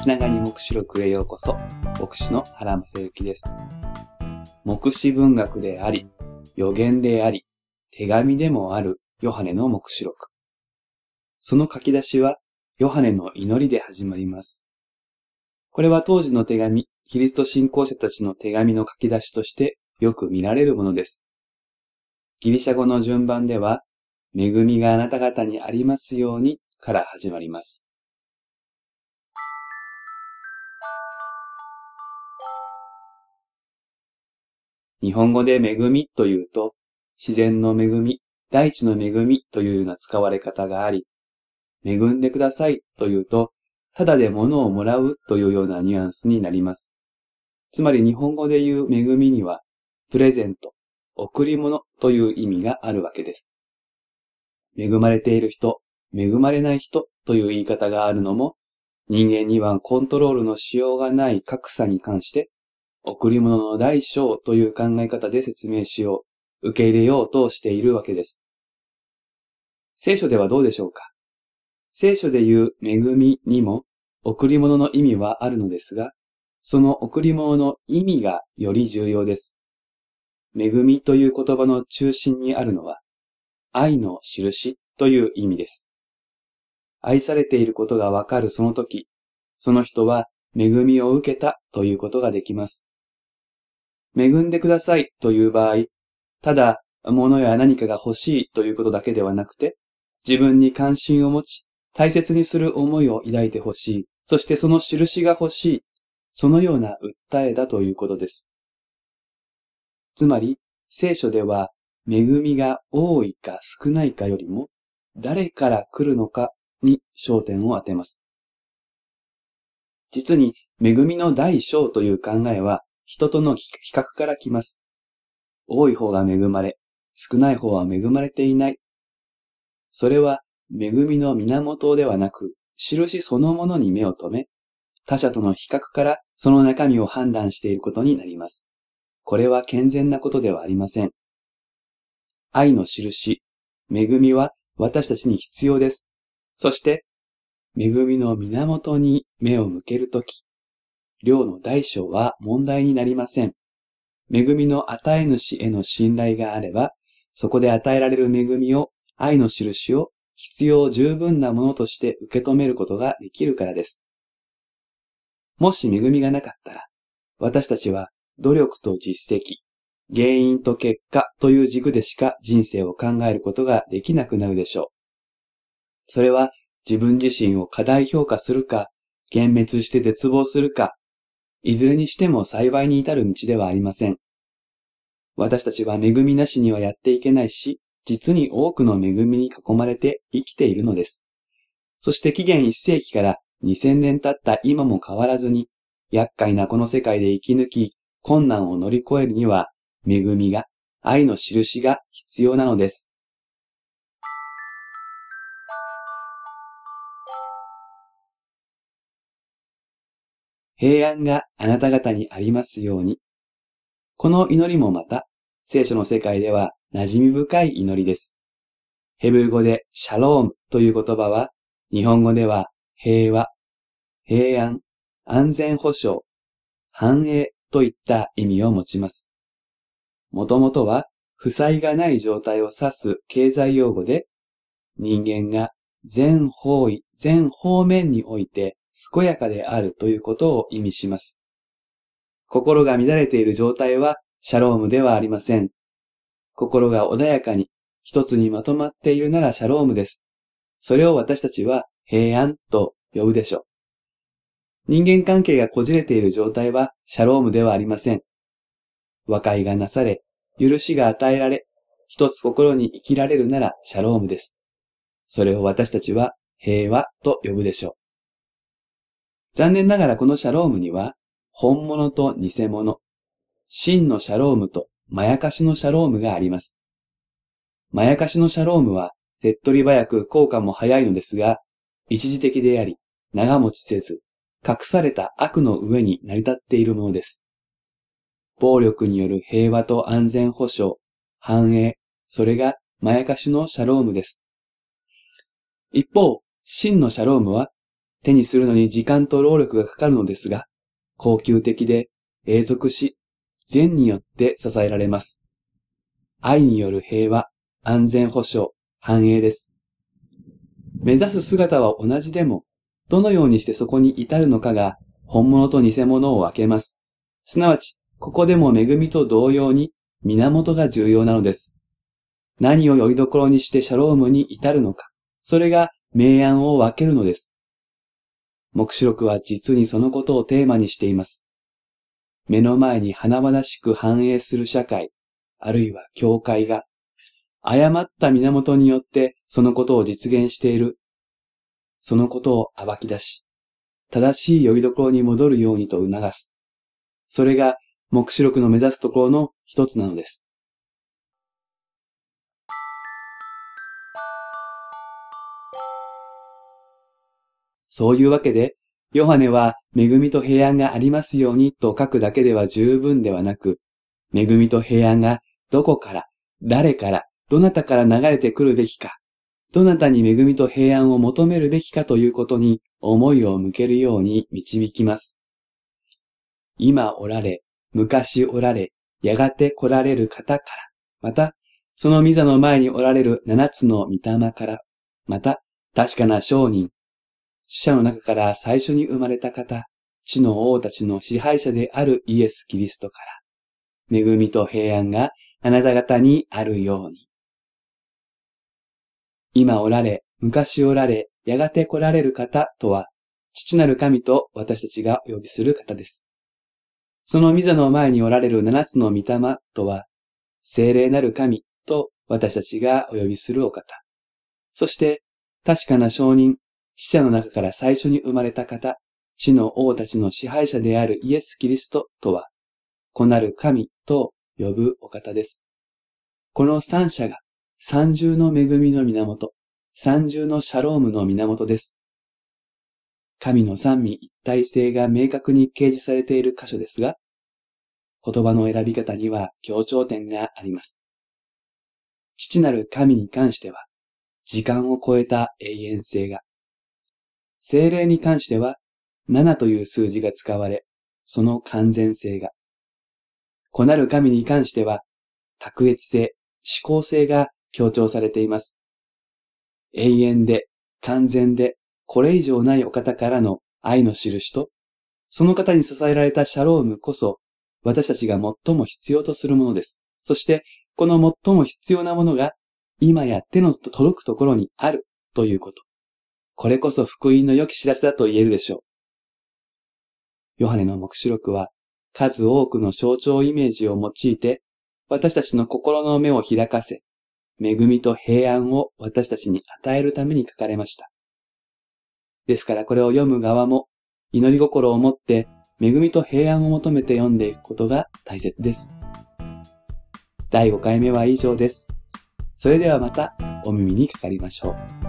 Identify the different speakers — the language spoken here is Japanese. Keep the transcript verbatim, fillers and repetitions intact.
Speaker 1: 気長に黙示録へようこそ。牧師の原正幸です。黙示文学であり、預言であり、手紙でもあるヨハネの黙示録。その書き出しはヨハネの祈りで始まります。これは当時の手紙、キリスト信仰者たちの手紙の書き出しとしてよく見られるものです。ギリシャ語の順番では、恵みがあなた方にありますようにから始まります。日本語で恵みというと、自然の恵み、大地の恵みというような使われ方があり、恵んでくださいというと、ただで物をもらうというようなニュアンスになります。つまり日本語で言う恵みには、プレゼント、贈り物という意味があるわけです。恵まれている人、恵まれない人という言い方があるのも、人間にはコントロールのしようがない格差に関して、贈り物の大小という考え方で説明しよう、受け入れようとしているわけです。聖書ではどうでしょうか？聖書で言う恵みにも贈り物の意味はあるのですが、その贈り物の意味がより重要です。恵みという言葉の中心にあるのは、愛の印という意味です。愛されていることがわかるその時、その人は恵みを受けたということができます。恵んでくださいという場合、ただ物や何かが欲しいということだけではなくて、自分に関心を持ち、大切にする思いを抱いてほしい、そしてその印が欲しい、そのような訴えだということです。つまり、聖書では、恵みが多いか少ないかよりも、誰から来るのかに焦点を当てます。実に、恵みの大小という考えは、人との比較から来ます。多い方が恵まれ、少ない方は恵まれていない。それは、恵みの源ではなく、印そのものに目を留め、他者との比較からその中身を判断していることになります。これは健全なことではありません。愛の印、恵みは私たちに必要です。そして、恵みの源に目を向けるとき、量の大小は問題になりません。恵みの与え主への信頼があれば、そこで与えられる恵みを、愛の印を必要十分なものとして受け止めることができるからです。もし恵みがなかったら、私たちは努力と実績、原因と結果という軸でしか人生を考えることができなくなるでしょう。それは自分自身を過大評価するか、幻滅して絶望するか、いずれにしても幸いに至る道ではありません。私たちは恵みなしにはやっていけないし、実に多くの恵みに囲まれて生きているのです。そして紀元いっせいきからにせんねん経った今も変わらずに、厄介なこの世界で生き抜き、困難を乗り越えるには、恵みが、愛の印が必要なのです。平安があなた方にありますように。この祈りもまた、聖書の世界では馴染み深い祈りです。ヘブル語でシャロームという言葉は、日本語では平和、平安、安全保障、繁栄といった意味を持ちます。もともとは、負債がない状態を指す経済用語で、人間が全方位、全方面において健やかであるということを意味します。心が乱れている状態はシャロームではありません。心が穏やかに一つにまとまっているならシャロームです。それを私たちは平安と呼ぶでしょう。人間関係がこじれている状態はシャロームではありません。和解がなされ、許しが与えられ、一つ心に生きられるならシャロームです。それを私たちは平和と呼ぶでしょう。残念ながらこのシャロームには、本物と偽物、真のシャロームとまやかしのシャロームがあります。まやかしのシャロームは手っ取り早く効果も早いのですが、一時的であり、長持ちせず、隠された悪の上に成り立っているものです。暴力による平和と安全保障、繁栄、それがまやかしのシャロームです。一方、真のシャロームは、 手にするのに時間と労力がかかるのですが、恒久的で永続し、善によって支えられます。愛による平和、安全保障、繁栄です。目指す姿は同じでも、どのようにしてそこに至るのかが本物と偽物を分けます。すなわち、ここでも恵みと同様に源が重要なのです。何をよりどころにしてシャロームに至るのか、それが明暗を分けるのです。黙示録は実にそのことをテーマにしています。目の前に華々しく繁栄する社会、あるいは教会が、誤った源によってそのことを実現している。そのことを暴き出し、正しいよりどころに戻るようにと促す。それが黙示録の目指すところの一つなのです。そういうわけで、ヨハネは恵みと平安がありますようにと書くだけでは十分ではなく、恵みと平安がどこから、誰から、どなたから流れてくるべきか、どなたに恵みと平安を求めるべきかということに思いを向けるように導きます。今おられ、昔おられ、やがて来られる方から、また、その御座の前におられる七つの御霊から、また、確かな証人、死者の中から最初に生まれた方、地の王たちの支配者であるイエス・キリストから、恵みと平安があなた方にあるように。今おられ、昔おられ、やがて来られる方とは、父なる神と私たちがお呼びする方です。その御座の前におられる七つの御霊とは、聖霊なる神と私たちがお呼びするお方。そして、確かな証人、死者の中から最初に生まれた方、地の王たちの支配者であるイエス・キリストとは、子なる神と呼ぶお方です。この三者が三重の恵みの源、三重のシャロームの源です。神の三位一体性が明確に掲示されている箇所ですが、言葉の選び方には強調点があります。父なる神に関しては、時間を超えた永遠性が、聖霊に関しては、ななという数字が使われ、その完全性が、子なる神に関しては、卓越性、至高性が強調されています。永遠で、完全で、これ以上ないお方からの愛の印と、その方に支えられたシャロームこそ、私たちが最も必要とするものです。そして、この最も必要なものが、今や手の届くところにあるということ。これこそ福音の良き知らせだと言えるでしょう。ヨハネの黙示録は、数多くの象徴イメージを用いて、私たちの心の目を開かせ、恵みと平安を私たちに与えるために書かれました。ですからこれを読む側も、祈り心を持って、恵みと平安を求めて読んでいくことが大切です。だいごかいめは以上です。それではまたお耳にかかりましょう。